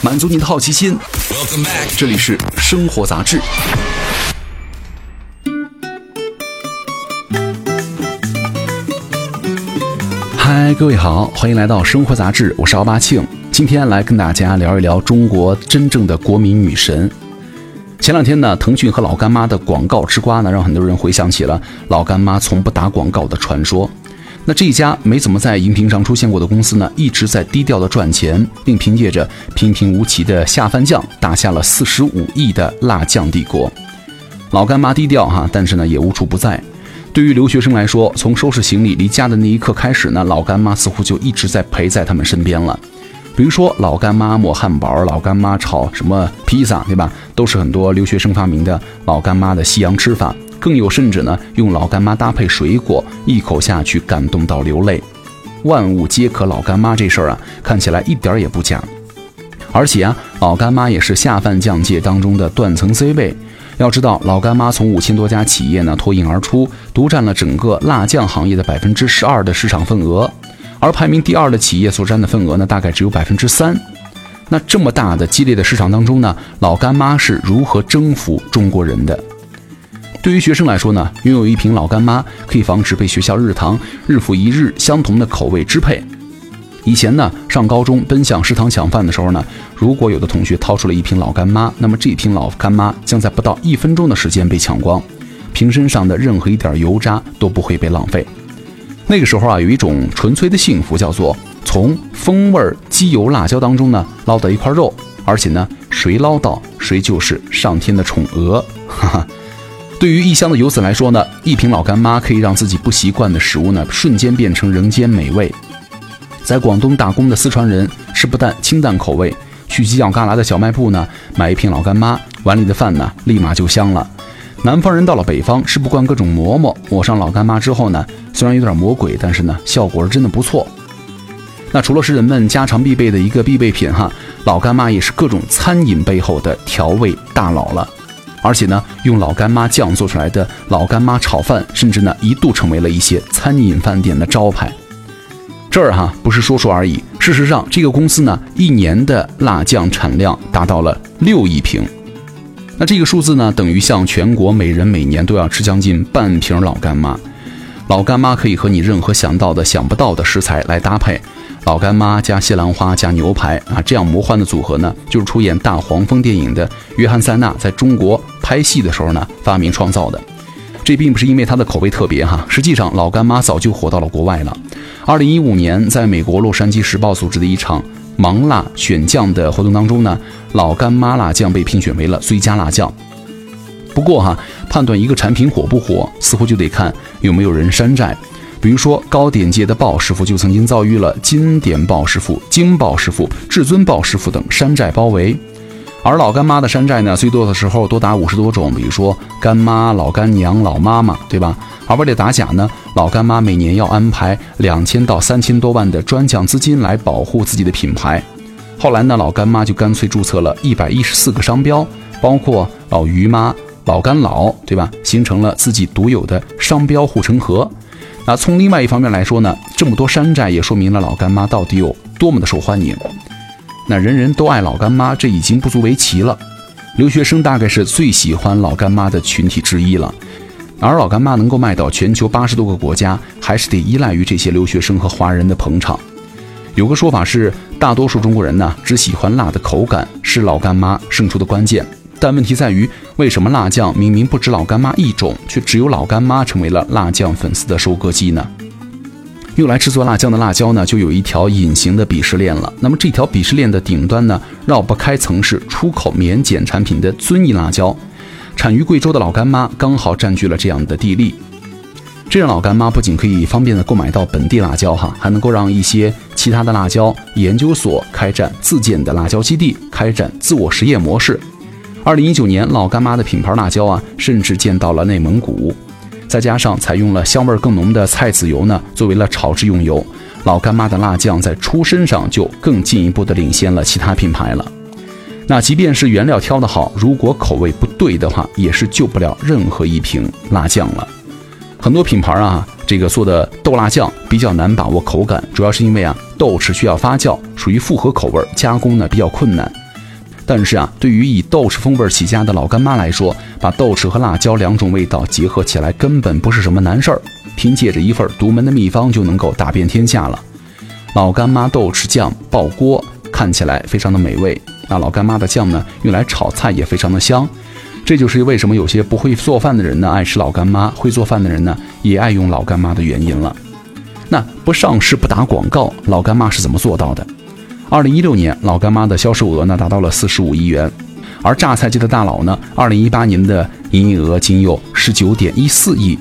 满足你的好奇心。这里是生活杂志。嗨，各位好，欢迎来到生活杂志，我是奥巴庆。今天来跟大家聊一聊中国真正的国民女神。前两天呢，腾讯和老干妈的广告吃瓜呢，让很多人回想起了老干妈从不打广告的传说。那这一家没怎么在荧屏上出现过的公司呢，一直在低调的赚钱，并凭借着平平无奇的下饭酱打下了45亿的辣酱帝国。老干妈低调哈，但是呢也无处不在。对于留学生来说，从收拾行李离家的那一刻开始呢，老干妈似乎就一直在陪在他们身边了。比如说老干妈抹汉堡，老干妈炒什么披萨，对吧？都是很多留学生发明的老干妈的西洋吃法。更有甚者呢，用老干妈搭配水果，一口下去感动到流泪。万物皆可老干妈这事儿啊，看起来一点也不假。而且啊，老干妈也是下饭酱界当中的断层 C 位。要知道，老干妈从5000多家企业呢脱颖而出，独占了整个辣酱行业的12%的市场份额，而排名第2的企业所占的份额呢，大概只有3%。那这么大的激烈的市场当中呢，老干妈是如何征服中国人的？对于学生来说呢，拥有一瓶老干妈可以防止被学校日堂日复一日相同的口味支配。以前呢，上高中奔向食堂抢饭的时候呢，如果有的同学掏出了一瓶老干妈，那么这瓶老干妈将在不到1分钟的时间被抢光，瓶身上的任何一点油渣都不会被浪费。那个时候啊，有一种纯粹的幸福，叫做从风味鸡油辣椒当中呢捞到一块肉，而且呢，谁捞到谁就是上天的宠娥。哈哈。对于异乡的游子来说呢，一瓶老干妈可以让自己不习惯的食物呢瞬间变成人间美味。在广东打工的四川人吃不但清淡口味，去犄角旮旯的小卖部呢买一瓶老干妈，碗里的饭呢立马就香了。南方人到了北方吃不惯各种馍馍，抹上老干妈之后呢，虽然有点魔鬼，但是呢效果是真的不错。那除了是人们家常必备的一个必备品哈，老干妈也是各种餐饮背后的调味大佬了。而且呢，用老干妈酱做出来的老干妈炒饭，甚至呢一度成为了一些餐饮饭店的招牌。这儿哈不是说说而已，事实上这个公司呢1年的辣酱产量达到了6亿瓶。那这个数字呢，等于像全国每人每年都要吃将近半瓶老干妈。老干妈可以和你任何想到的想不到的食材来搭配。老干妈加西兰花加牛排啊，这样魔幻的组合呢，就是出演大黄蜂电影的约翰塞纳在中国拍戏的时候呢发明创造的。这并不是因为它的口味特别哈，实际上老干妈早就火到了国外了。2015年，在美国洛杉矶时报组织的一场盲辣选酱的活动当中呢，老干妈辣酱被评选为了最佳辣酱。不过哈，判断一个产品火不火，似乎就得看有没有人山寨。比如说糕点界的鲍师傅就曾经遭遇了经典鲍师傅、京鲍师傅、至尊鲍师傅等山寨包围。而老干妈的山寨呢，最多的时候多达50多种，比如说干妈、老干娘、老妈妈，对吧？而为了打假呢，老干妈每年要安排2000到3000多万的专项资金来保护自己的品牌。后来呢，老干妈就干脆注册了114个商标，包括老于妈、老干老，对吧？形成了自己独有的商标护城河。那从另外一方面来说呢，这么多山寨也说明了老干妈到底有多么的受欢迎。那人人都爱老干妈，这已经不足为奇了。留学生大概是最喜欢老干妈的群体之一了。而老干妈能够卖到全球80多个国家，还是得依赖于这些留学生和华人的捧场。有个说法是，大多数中国人呢只喜欢辣的口感，是老干妈胜出的关键。但问题在于，为什么辣酱明明不止老干妈一种，却只有老干妈成为了辣酱粉丝的收割机呢？用来制作辣酱的辣椒呢，就有一条隐形的鄙视链了。那么这条鄙视链的顶端呢，绕不开曾是出口免检产品的遵义辣椒。产于贵州的老干妈刚好占据了这样的地利。这样老干妈不仅可以方便的购买到本地辣椒哈，还能够让一些其他的辣椒研究所开展自建的辣椒基地，开展自我实验模式。2019年，老干妈的品牌辣椒啊，甚至见到了内蒙古。再加上采用了香味更浓的菜籽油呢，作为了炒制用油，老干妈的辣酱在出身上就更进一步的领先了其他品牌了。那即便是原料挑得好，如果口味不对的话，也是救不了任何一瓶辣酱了。很多品牌啊，这个做的豆辣酱比较难把握口感，主要是因为啊豆豉需要发酵，属于复合口味，加工呢比较困难。 但是啊，对于以豆豉风味起家的老干妈来说，把豆豉和辣椒两种味道结合起来根本不是什么难事儿，凭借着一份独门的秘方就能够打遍天下了。老干妈豆豉酱爆锅，看起来非常的美味。那老干妈的酱呢，用来炒菜也非常的香。这就是为什么有些不会做饭的人呢爱吃老干妈，会做饭的人呢也爱用老干妈的原因了。那不上市不打广告，老干妈是怎么做到的？2016年老干妈的销售额呢达到了45亿元，而榨菜界的大佬呢2018年的营业额仅有19.14亿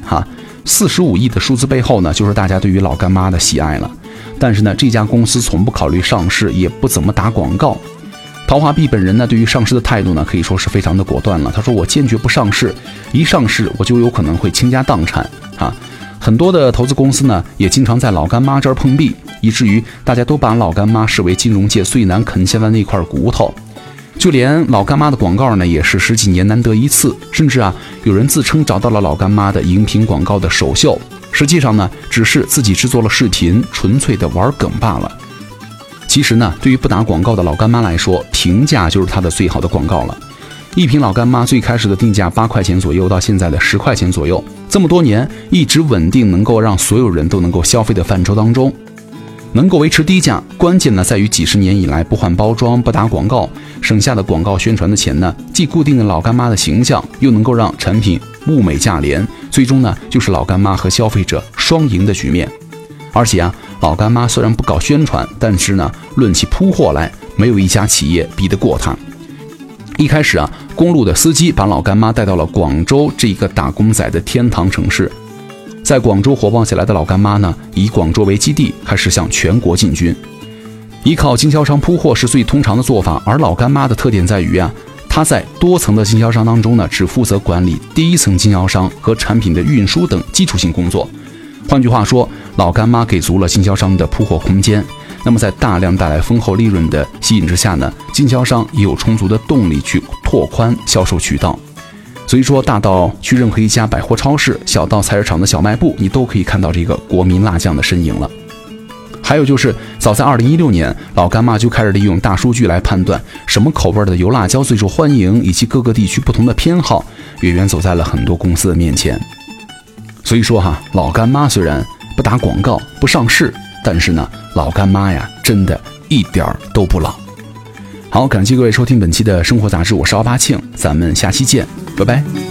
45亿的数字背后呢，就是大家对于老干妈的喜爱了。但是呢，这家公司从不考虑上市，也不怎么打广告。陶华碧本人呢，对于上市的态度呢，可以说是非常的果断了。他说：“我坚决不上市，一上市我就有可能会倾家荡产啊！”很多的投资公司呢，也经常在老干妈这儿碰壁，以至于大家都把老干妈视为金融界最难啃下的那块骨头。就连老干妈的广告呢，也是十几年难得一次，甚至啊，有人自称找到了老干妈的荧屏广告的首秀，实际上呢，只是自己制作了视频，纯粹的玩梗罢了。其实呢，对于不打广告的老干妈来说，平价就是它的最好的广告了。一瓶老干妈最开始的定价8块钱左右，到现在的10块钱左右，这么多年一直稳定，能够让所有人都能够消费的范畴当中，能够维持低价，关键呢在于几十年以来不换包装、不打广告，省下的广告宣传的钱呢，既固定了老干妈的形象，又能够让产品物美价廉，最终呢就是老干妈和消费者双赢的局面。而且啊，老干妈虽然不搞宣传，但是呢，论起铺货来，没有一家企业比得过它。一开始啊，公路的司机把老干妈带到了广州这个打工仔的天堂城市。在广州火爆起来的老干妈呢，以广州为基地，开始向全国进军。依靠经销商铺货是最通常的做法，而老干妈的特点在于啊，它在多层的经销商当中呢，只负责管理第一层经销商和产品的运输等基础性工作。换句话说，老干妈给足了经销商的铺货空间。那么在大量带来丰厚利润的吸引之下呢，经销商也有充足的动力去拓宽销售渠道。所以说，大到去任何一家百货超市，小到菜市场的小卖部，你都可以看到这个国民辣酱的身影了。还有就是，早在2016年，老干妈就开始利用大数据来判断什么口味的油辣椒最受欢迎，以及各个地区不同的偏好，远远走在了很多公司的面前。所以说哈，老干妈虽然不打广告、不上市，但是呢，老干妈呀，真的一点儿都不老。好，感谢各位收听本期的生活杂志，我是奥巴庆，咱们下期见，拜拜。